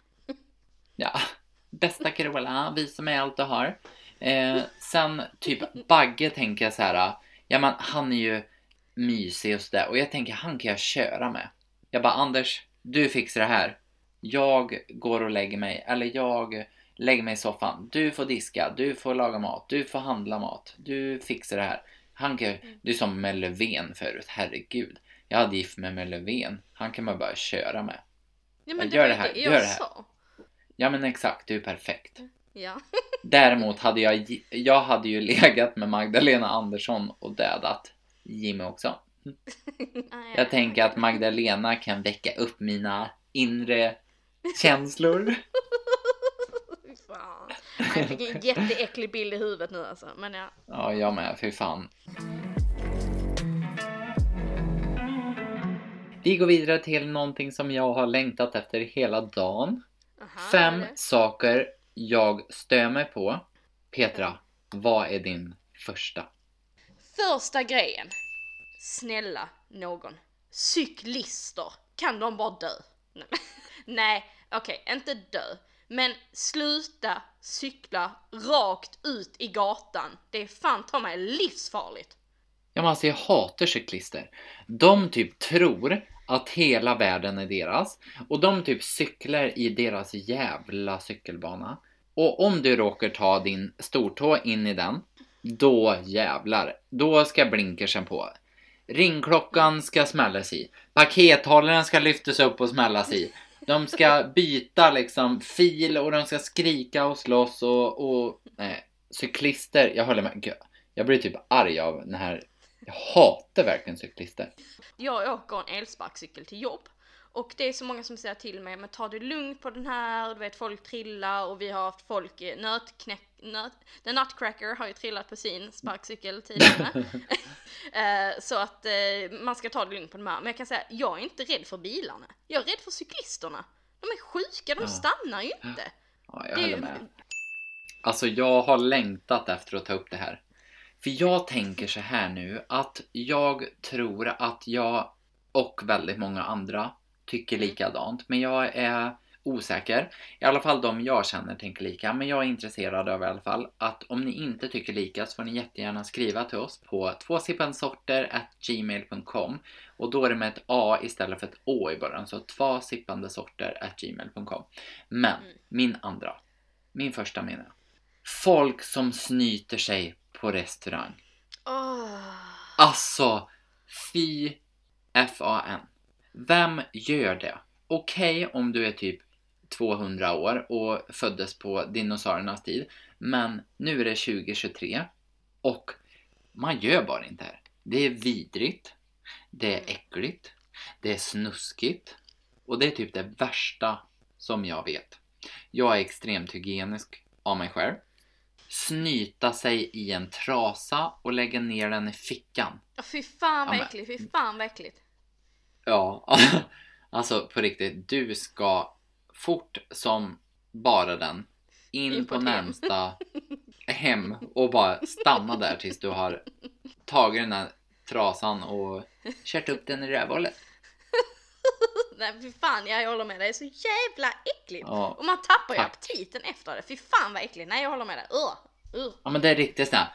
Ja, bästa Carola, visa mig allt du har. Eh, sen typ Bagge tänker jag så här. Ja men han är ju mysig och sådär. Och jag tänker han kan jag köra med. Jag bara Anders, du fixar det här. Jag går och lägger mig. Eller jag lägger mig i soffan. Du får diska, du får laga mat. Du får handla mat. Du fixar det här. Han kan, du är som med Löfven förut. Herregud. Jag hade gift med med Löfven. Han kan man bara köra med. Ja, men jag det gör var det här, det gör jag det här. sa. Ja men exakt, du är perfekt. Ja. Däremot hade jag Jag hade ju legat med Magdalena Andersson och dödat Jimmy också. Jag tänker att Magdalena kan väcka upp mina inre känslor. Fan. Jag fick en jätteäcklig bild i huvudet nu alltså. Men ja. Ja, jag med, för fan. Vi går vidare till någonting som jag har längtat efter hela dagen. Aha, Fem saker jag stör mig på. Petra, vad är din första? Första grejen. Snälla någon. Cyklister. Kan de bara dö? Nej, okej, okay, inte dö. Men sluta cykla rakt ut i gatan. Det är fan ta mig livsfarligt. Ja men alltså jag hatar cyklister. De typ tror att hela världen är deras. Och de typ cyklar i deras jävla cykelbana. Och om du råkar ta din stortå in i den, då jävlar. Då ska blinkersen på. Ringklockan ska smällas i. Pakethållaren ska lyftas upp och smällas i. De ska byta liksom fil och de ska skrika och slåss och, och nej, cyklister, jag håller med. Jag blir typ arg av den här. Jag hatar verkligen cyklister. Jag åker en elsparkcykel till jobb. Och det är så många som säger till mig, men ta det lugnt på den här. Du vet, folk trillar och vi har haft folk nötknäck... Nöt, The Nutcracker har ju trillat på sin sparkcykel tidigare. uh, så att uh, man ska ta det lugnt på den här. Men jag kan säga, jag är inte rädd för bilarna. Jag är rädd för cyklisterna. De är sjuka, de ja. stannar ju inte. Ja, jag håller med. Alltså jag har längtat efter att ta upp det här. För jag tänker så här nu, att jag tror att jag och väldigt många andra tycker likadant. Men jag är osäker. I alla fall de jag känner tänker lika. Men jag är intresserad av i alla fall att om ni inte tycker lika så får ni jättegärna skriva till oss på tvåsippandesorter at gmail dot com. Och då är det med ett A istället för ett Å i början. Så tvåsippandesorter at gmail dot com. Men mm. min andra, min första mening. Folk som snyter sig på restaurang. Oh. Alltså, fy fan. Vem gör det? Okej okay, om du är typ tvåhundra år och föddes på dinosauriernas tid. Men nu är det tjugo tjugotre och man gör bara inte det här. Det är vidrigt. Det är äckligt. Det är snuskigt. Och det är typ det värsta som jag vet. Jag är extremt hygienisk av mig själv. Snyta sig i en trasa och lägga ner den i fickan. Ja, fy fan vad äckligt, fy fan vad äckligt. Ja, alltså på riktigt, du ska fort som bara den in, in på, på närmsta hem och bara stanna där tills du har tagit den här trasan och kört upp den i rövhålet. Nej, fy fan, jag håller med dig. Det är så jävla äckligt. Ja, och man tappar ju aptiten efter det. Fy fan vad äckligt. Nej, jag håller med dig. Uh, uh. Ja, men det är riktigt sådär.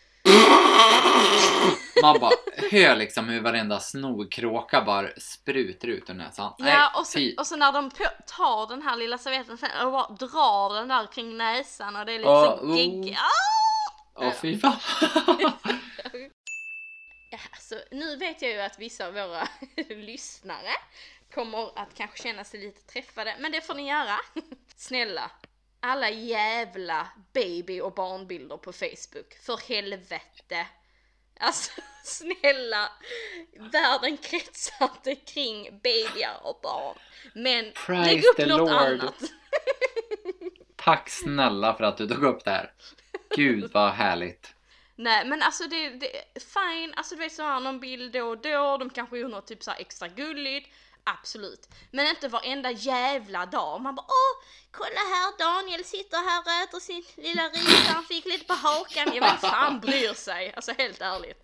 Man bara hör liksom hur varenda snorkråka bara sprutar ut ur näsan. Ja, Nej, och, så, och så när de tar den här lilla servetten sen och bara drar den där kring näsan och det är lite oh, så gegg. Åh, oh, fy fan. Ja, så nu vet jag ju att vissa av våra lyssnare kommer att kanske känna sig lite träffade, men det får ni göra. Snälla, alla jävla baby- och barnbilder på Facebook, för helvete. Alltså, snälla, världen kretsar inte kring babyar och barn. Men Praise lägg upp något Lord. annat. Tack snälla för att du tog upp det här. Gud vad härligt. Nej, men alltså det, det är fine. Alltså du vet så här någon bild då och då. De kanske gör något typ så här extra gulligt. Absolut. Men inte varenda jävla dag. Man bara, åh, kolla här, Daniel sitter här och äter sin lilla ris. Han fick lite på hakan. Jag vet fan bryr sig. Alltså helt ärligt.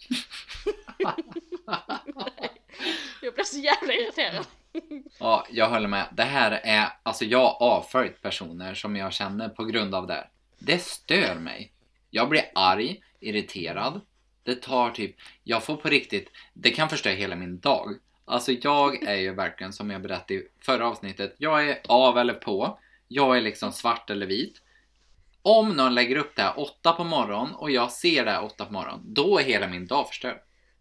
Jag blir så jävla irriterad. Ja, jag håller med. Det här är, alltså jag har avföljt personer som jag känner på grund av det. Det stör mig. Jag blir arg, irriterad. Det tar typ, jag får på riktigt, det kan förstöra hela min dag. Alltså jag är ju verkligen, som jag berättade i förra avsnittet, jag är av eller på. Jag är liksom svart eller vit. Om någon lägger upp det här åtta på morgon och jag ser det här åtta på morgon, då är hela min dag förstörd.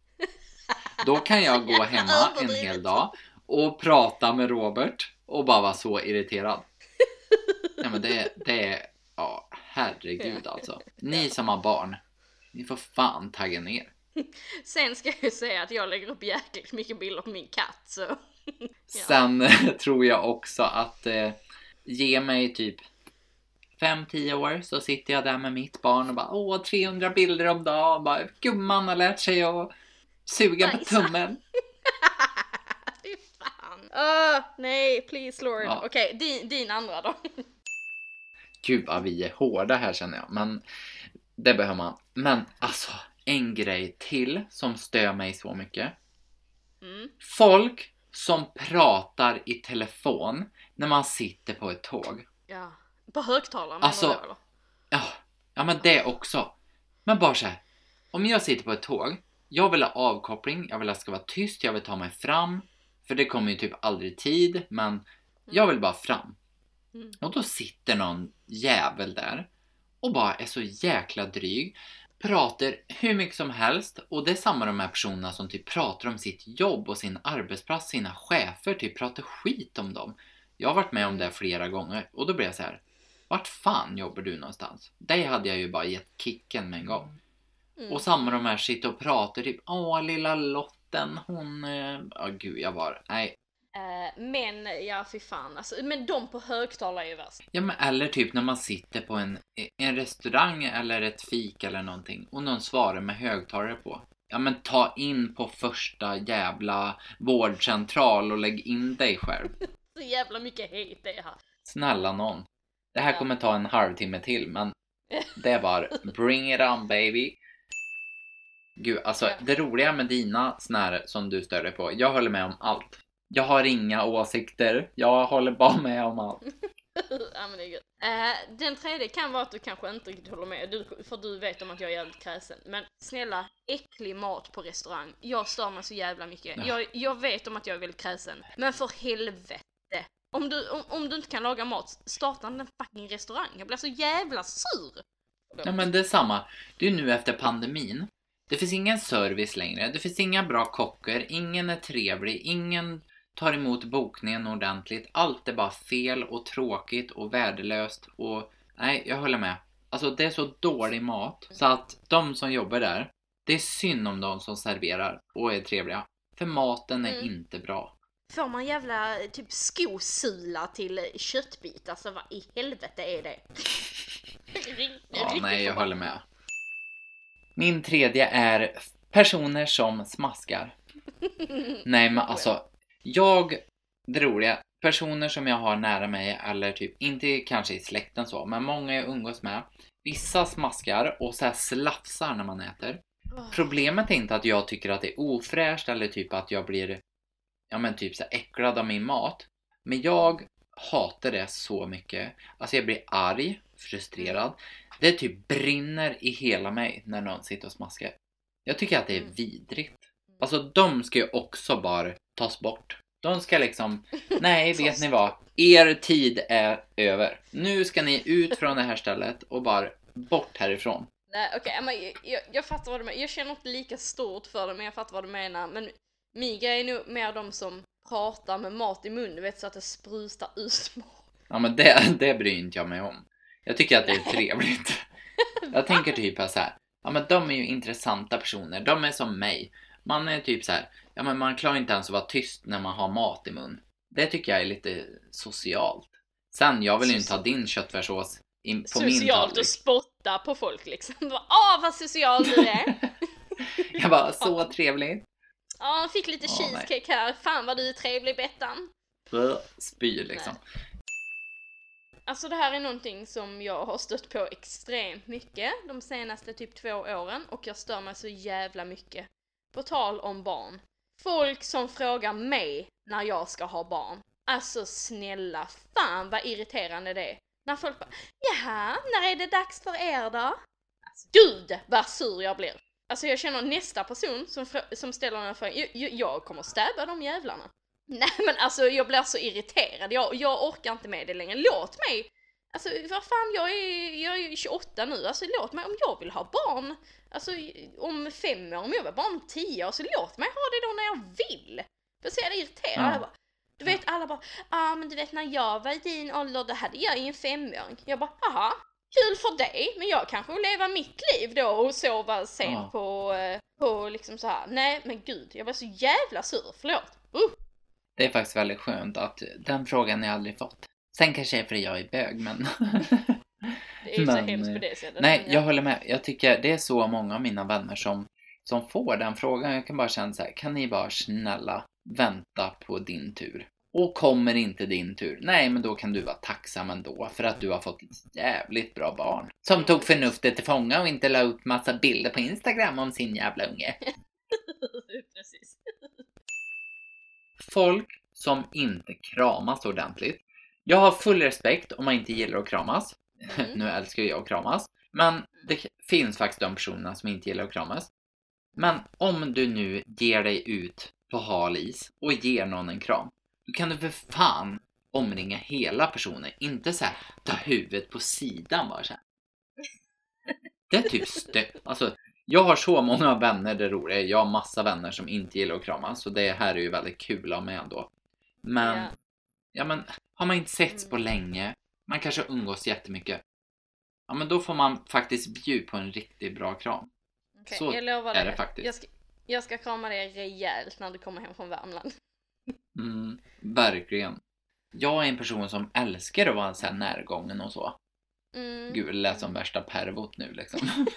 Då kan jag gå hemma en hel dag och prata med Robert och bara vara så irriterad. Nej, men det, det är, ja, herregud alltså. Ni som har barn, ni får fan tagga ner. Sen ska jag säga att jag lägger upp jäkligt mycket bilder på min katt. Så. Ja. Sen tror jag också att eh, ge mig typ fem tio år så sitter jag där med mitt barn och bara, åh, trehundra bilder om dagen. Bara, gumman har lärt sig att suga nice. På tummen. Fy fan. Uh, nej, please Lord. Ja. Okej, okay, din, din andra då. Gud vad vi är hårda här känner jag. Men det behöver man. Men alltså, en grej till som stör mig så mycket. Mm. Folk som pratar i telefon när man sitter på ett tåg. Ja, på högtalaren. Alltså, det, eller? Ja, ja, men det också. Men bara så här, om jag sitter på ett tåg, jag vill ha avkoppling, jag vill att det ska vara tyst, jag vill ta mig fram. För det kommer ju typ aldrig tid, men mm. jag vill bara fram. Mm. Och då sitter någon jävel där och bara är så jäkla dryg. Pratar hur mycket som helst. Och det är samma de här personerna som typ pratar om sitt jobb och sin arbetsplats, sina chefer, typ pratar skit om dem. Jag har varit med om det flera gånger. Och då blir jag så här, vart fan jobbar du någonstans? Det hade jag ju bara gett kicken med en gång. Mm. Och samma de här sitter och pratar typ, åh lilla Lotten, hon, ja oh, gud jag var, nej. Uh, men, ja fy fan, alltså, men de på högtalare är ju värst. Ja men eller typ när man sitter på en, en restaurang eller ett fik eller någonting och någon svarar med högtalare på. Ja men ta in på första jävla vårdcentral och lägg in dig själv. Så jävla mycket hate det här. Snälla någon. Det här ja. kommer ta en halvtimme till, men det är bara bring it on baby. Gud, alltså ja. det roliga med dina snär som du stör dig på, jag håller med om allt. Jag har inga åsikter. Jag håller bara med om allt. Ja, men det är gud. Uh, den tredje kan vara att du kanske inte riktigt håller med. Du, för du vet om att jag är jävligt kräsen. Men snälla, äcklig mat på restaurang. Jag stör mig så jävla mycket. Ja. Jag, jag vet om att jag är väldigt kräsen. Men för helvete. Om du, om, om du inte kan laga mat, starta en fucking restaurang. Jag blir så jävla sur. Ja, men det är samma. Det är nu efter pandemin. Det finns ingen service längre. Det finns inga bra kockar. Ingen är trevlig. Ingen tar emot bokningen ordentligt. Allt är bara fel och tråkigt och värdelöst. Och nej, jag håller med. Alltså det är så dålig mat. Så att de som jobbar där, det är synd om de som serverar och är trevliga. För maten är mm. inte bra. Får man jävla typ skosula till köttbit? Alltså vad i helvete är det? Ja, nej, jag håller med. Min tredje är personer som smaskar. Nej, men alltså jag, det roliga, personer som jag har nära mig, eller typ, inte kanske i släkten så, men många jag umgås med, vissa smaskar och så här slafsar när man äter. Oh. Problemet är inte att jag tycker att det är ofräscht eller typ att jag blir, ja men typ så här äcklad av min mat. Men jag hatar det så mycket. Alltså jag blir arg, frustrerad. Det typ brinner i hela mig när någon sitter och smaskar. Jag tycker att det är vidrigt. Alltså de ska ju också bara tas bort. De ska liksom, nej vet ni vad, er tid är över. Nu ska ni ut från det här stället och bara bort härifrån. Nej, okej, okay, jag, jag, jag fattar vad du menar. Jag känner inte lika stort för det, men jag fattar vad du menar. Men min grej är nog mer de som pratar med mat i munnen, vet, så att det sprutar ut mat. Ja, men det, det bryr inte jag mig om. Jag tycker att det är nej. Trevligt. Jag tänker typ så här, ja men de är ju intressanta personer. De är som mig. Man är typ så här, ja men man klarar inte ens att vara tyst när man har mat i mun. Det tycker jag är lite socialt. Sen, jag vill ju inte ha din köttfärssås in på socialt min socialt och spotta på folk liksom. Åh, vad social du är. Jag bara, så trevligt. Ja, fick lite oh, cheesecake nej. Här. Fan vad du är trevlig, Bettan. Spyr liksom. Nej. Alltså det här är någonting som jag har stött på extremt mycket de senaste typ två åren. Och jag stör mig så jävla mycket. På tal om barn. Folk som frågar mig när jag ska ha barn. Alltså snälla, fan vad irriterande det är. När folk bara, jaha, när är det dags för er då? Alltså, gud vad sur jag blir. Alltså jag känner nästa person som, som ställer den här frågan, jag, jag kommer stäba de jävlarna. Nej men alltså jag blir så irriterad, jag, jag orkar inte med det längre. Låt mig, alltså vad fan, jag är, jag är tjugoåtta nu, alltså låt mig, om jag vill ha barn, alltså om fem år, om jag vill ha barn om tio år, så låt mig ha det då när jag vill. För så är det irriterad, jag bara, du vet alla bara, ja ah, men du vet när jag var i din ålder, då hade jag ju en femåring. Jag bara, aha, kul för dig, men jag kanske vill leva mitt liv då och sova sent ja. på, på liksom så här. Nej men gud, jag var så jävla sur, förlåt. Uh. Det är faktiskt väldigt skönt att den frågan jag aldrig fått. Sen kanske är för jag är bög, men... Det är ju men, så hemskt på det sättet. Nej, jag håller med. Jag tycker det är så många av mina vänner som, som får den frågan. Jag kan bara känna så här, kan ni bara snälla vänta på din tur? Och kommer inte din tur, nej men då kan du vara tacksam ändå för att du har fått ett jävligt bra barn. Som tog förnuftet till fånga och inte la upp massa bilder på Instagram om sin jävla unge. Precis. Folk som inte kramas ordentligt. Jag har full respekt om man inte gillar att kramas. Mm. Nu älskar jag att kramas. Men det finns faktiskt de personerna som inte gillar att kramas. Men om du nu ger dig ut på hal is och ger någon en kram, då kan du för fan omringa hela personen. Inte så här, ta huvudet på sidan bara så här. Det är typ stö- Alltså, jag har så många vänner, det roliga. Jag har massa vänner som inte gillar att kramas. Så det här är ju väldigt kul av mig ändå. Men, yeah. ja men, har man inte setts på länge, man kanske umgås jättemycket. Ja men då får man faktiskt bjuda på en riktigt bra kram. Okay, så jag lovar är det. det faktiskt. Jag ska, jag ska krama dig rejält när du kommer hem från Värmland. Mm, verkligen. Jag är en person som älskar att vara så här närgången och så. Mm. Gud, det lät som värsta pervot nu liksom.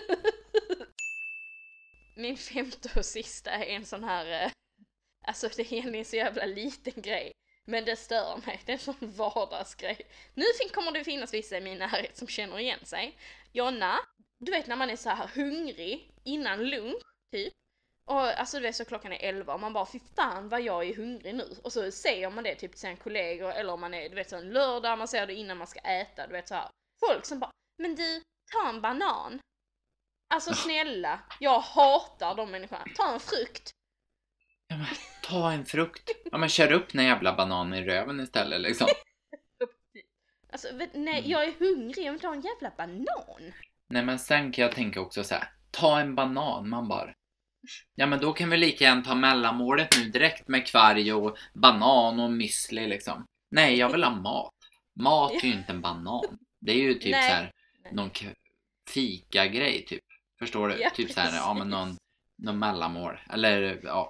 Min femte och sista är en sån här, alltså det är egentligen så jävla liten grej, men det stör mig, det är en sån vardagsgrej. Nu kommer det finnas vissa i min närhet som känner igen sig. Jonna, du vet när man är så här hungrig innan lunch typ, Och alltså du vet så klockan är elva och man bara fy fan vad jag är hungrig nu. Och så säger man det typ till sina kollegor eller om man är du vet så en lördag, man säger det innan man ska äta, du vet så här. Folk som bara, men du, ta en banan. Alltså snälla, jag hatar de människorna. Ta en frukt. Ja, men, ta en frukt. Ja men kör upp den jävla bananen i röven istället liksom. Alltså nej, jag är hungrig, jag vill ta en jävla banan. Nej men sen kan jag tänka också så här. Ta en banan, man bara. Ja men då kan vi lika gärna ta mellanmålet nu direkt med kvarg och banan och müsli liksom. Nej, jag vill ha mat. Mat är ju inte en banan. Det är ju typ nej. Så här någon fika-grej typ. Förstår du? Ja, typ så här, ja men någon, någon mellanmål. Eller ja.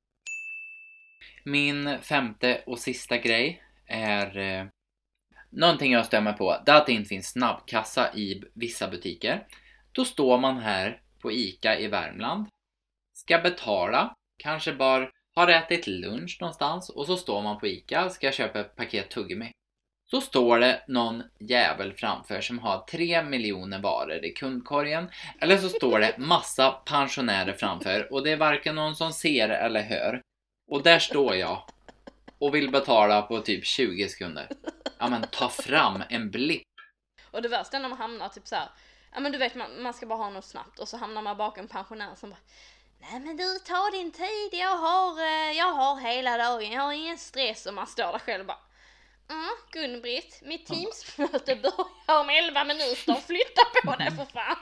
Min femte och sista grej är eh, någonting jag stämmer på. Det är att det inte finns snabbkassa i vissa butiker. Då står man här på ICA i Värmland. Ska betala. Kanske bara har ätit lunch någonstans. Och så står man på ICA. Ska köpa ett paket tuggummi. Så står det någon jävel framför som har tre miljoner varor i kundkorgen. Eller så står det massa pensionärer framför. Och det är varken någon som ser eller hör. Och där står jag. Och vill betala på typ tjugo sekunder. Ja men ta fram en blipp. Och det värsta är när man hamnar typ så här. Ja men du vet man, man ska bara ha något snabbt. Och så hamnar man bakom en pensionär som bara. Nej men du, ta din tid. Jag har, jag har hela dagen. Jag har ingen stress. Och man står där själv och bara. Mm, Gun-Britt, mitt teamsmöte börjar om elva minuter. Flytta på det för fan.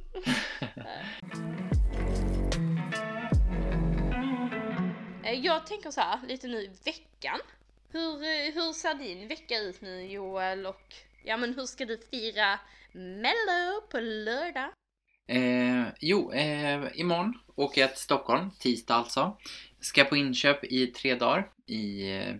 Jag tänker så här, lite nu i veckan. Hur, hur ser din vecka ut nu, Joel? Och ja, men hur ska du fira Mello på lördag? Eh, jo, eh, imorgon åker jag till Stockholm, tisdag alltså. Ska på inköp i tre dagar i eh,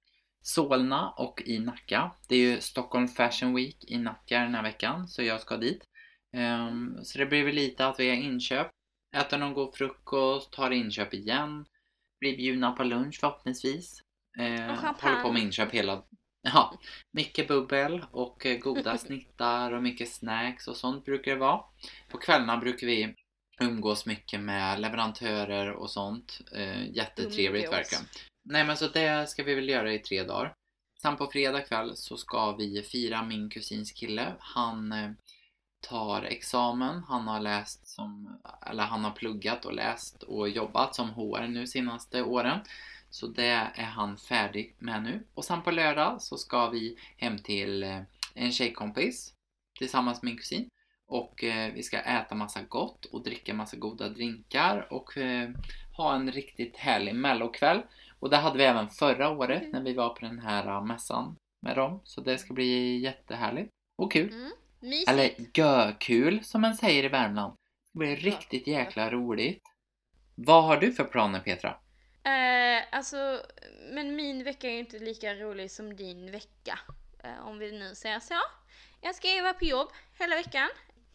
Solna och i Nacka. Det är ju Stockholm Fashion Week i Nacka den här veckan, så jag ska dit. Eh, så det blir väl lite att vi har inköp. Äter någon god frukost, tar inköp igen. Blir bjudna på lunch förhoppningsvis. Eh, håller på med inköp hela... Ja, mycket bubbel och eh, goda snittar och mycket snacks och sånt brukar det vara. På kvällarna brukar vi umgås mycket med leverantörer och sånt. Eh, jättetrevligt mm, verkligen. Nej men så det ska vi väl göra i tre dagar. Sen på fredag kväll så ska vi fira min kusins kille. Han eh, tar examen. Han har läst som, eller han har pluggat och läst och jobbat som H R nu senaste åren. Så det är han färdig med nu. Och sen på lördag så ska vi hem till en tjejkompis tillsammans med min kusin. Och eh, vi ska äta massa gott och dricka massa goda drinkar. Och eh, ha en riktigt härlig mellokväll. Och det hade vi även förra året när vi var på den här mässan med dem. Så det ska bli jättehärligt och kul. Mm, eller gö-kul som man säger i Värmland. Det blir riktigt jäkla roligt. Vad har du för planer, Petra? Eh, alltså, men min vecka är ju inte lika rolig som din vecka. Eh, om vi nu säger så. Jag ska ju vara på jobb hela veckan.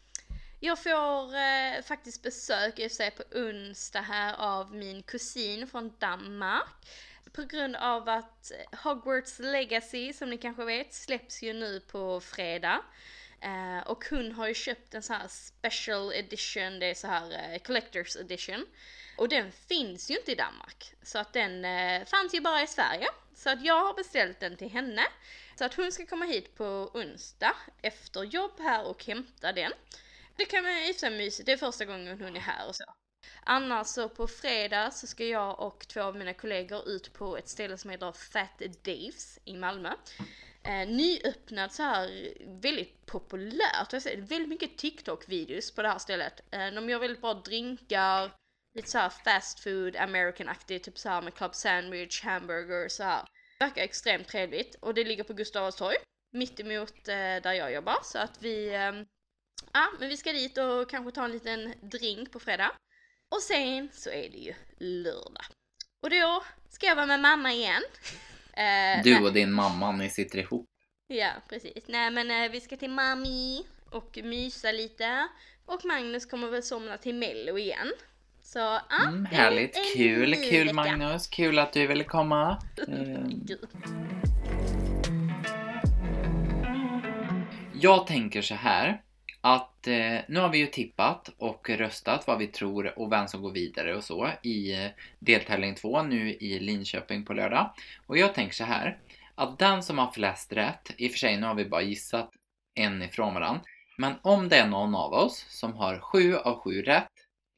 Jag får eh, faktiskt besök i sig på onsdag här av min kusin från Danmark. På grund av att Hogwarts Legacy, som ni kanske vet, släpps ju nu på fredag. Eh, och hon har ju köpt en så här special edition, det är så här eh, collector's edition. Och den finns ju inte i Danmark. Så att den eh, fanns ju bara i Sverige. Så att jag har beställt den till henne. Så att hon ska komma hit på onsdag efter jobb här och hämta den. Det kan vara i sig mysigt. Det är första gången hon är här och så. Annars så på fredag så ska jag och två av mina kollegor ut på ett ställe som heter Fat Dave's i Malmö. Eh, nyöppnat så här, väldigt populärt. Jag ser väldigt mycket TikTok-videos på det här stället. Eh, de gör väldigt bra drinkar. Lite så här fast food, American-aktigt, typ så här med club sandwich, hamburger, så här. Det verkar extremt trevligt. Och det ligger på Gustav Adolfs torg, mitt emot eh, där jag jobbar. Så att vi, eh, ja, men vi ska dit och kanske ta en liten drink på fredag. Och sen så är det ju lördag. Och då ska jag vara med mamma igen. eh, du och nej. Din mamma, ni sitter ihop. Ja, precis. Nej, men eh, vi ska till mami och mysa lite. Och Magnus kommer väl somna till Mello igen. Så, ja, mm, härligt, kul, kul Magnus, kul att du ville komma. Mm. Jag tänker så här att eh, nu har vi ju tippat och röstat vad vi tror och vem som går vidare och så i eh, deltävling två nu i Linköping på lördag. Och jag tänker så här, att den som har flest rätt, i och för sig nu har vi bara gissat en ifrån varandra, men om det är någon av oss som har sju av sju rätt,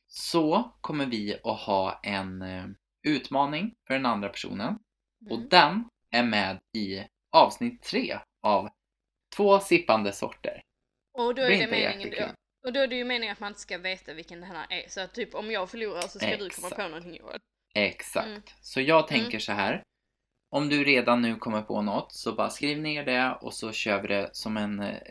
så kommer vi att ha en eh, utmaning för den andra personen. Mm. Och den är med i avsnitt tre av två sippande sorter. Och då är det, det meningen då, och då är det ju meningen att man inte ska veta vilken den här är. Så att typ om jag förlorar så ska Exakt. du komma på någonting i år. Exakt. Mm. Så jag tänker mm. så här. Om du redan nu kommer på något, så bara skriv ner det och så kör vi det som en eh,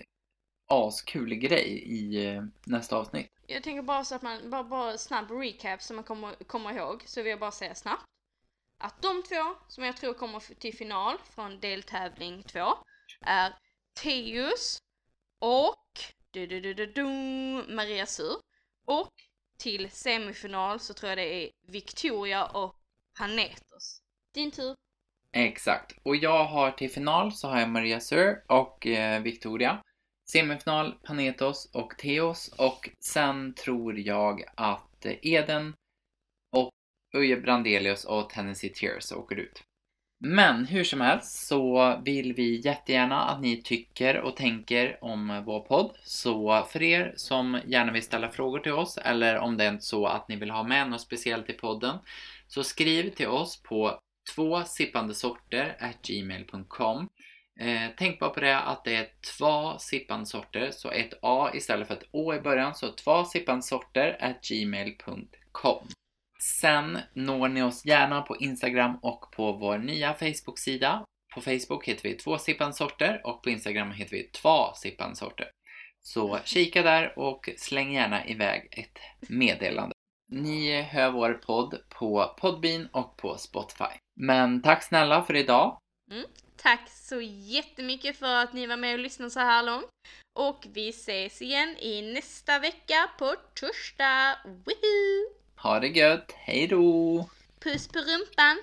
askul grej i eh, nästa avsnitt. Jag tänker bara så att man, bara, bara snabb recap så man kommer, kommer ihåg. Så vill jag bara säga snabbt. Att de två som jag tror kommer till final från deltävling två är Teus och du, du, du, du, du, Maria Sur. Och till semifinal så tror jag det är Victoria och Panetos. Din tur. Exakt. Och jag har till final så har jag Maria Sur och eh, Victoria. Semifinal Panetos och Theos. Och sen tror jag att eh, Eden och Uje Brandelius och Tennessee Tears åker ut. Men hur som helst så vill vi jättegärna att ni tycker och tänker om vår podd. Så för er som gärna vill ställa frågor till oss, eller om det är så att ni vill ha med något speciellt i podden, så skriv till oss på två sippande sorter at gmail punkt com. eh, Tänk bara på det att det är två sippande sorter, så ett A istället för ett Å i början. Så två sippande sorter at gmail punkt com. Sen når ni oss gärna på Instagram och på vår nya Facebook-sida. På Facebook heter vi två sippande sorter och på Instagram heter vi två sippande sorter. Så kika där och släng gärna iväg ett meddelande. Ni hör vår podd på Podbean och på Spotify. Men tack snälla för idag. Mm, tack så jättemycket för att ni var med och lyssnade så här långt. Och vi ses igen i nästa vecka på torsdag. Woohoo! Ha det gött, hej då! Puss på rumpan!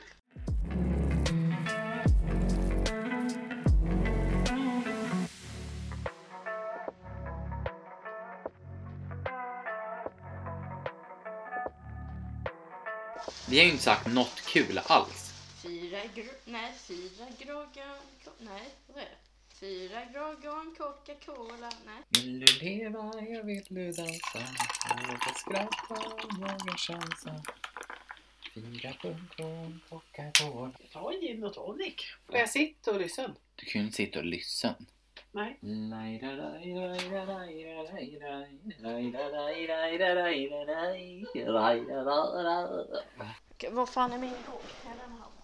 Vi har ju inte sagt något kul alls. Fyra gr- nej, fyra groggar, nej, vad är det? Fyra groggar, en Coca-Cola, nej. Vill du leva, jag vill du dansa. Jag vill skratta, jag vill chansa. Fyra punkter, Coca-Cola. Ta en gin och tonic. Får jag sitta och lyssna? Du kan ju inte sitta och lyssna. Nej. Vad fan är min bok?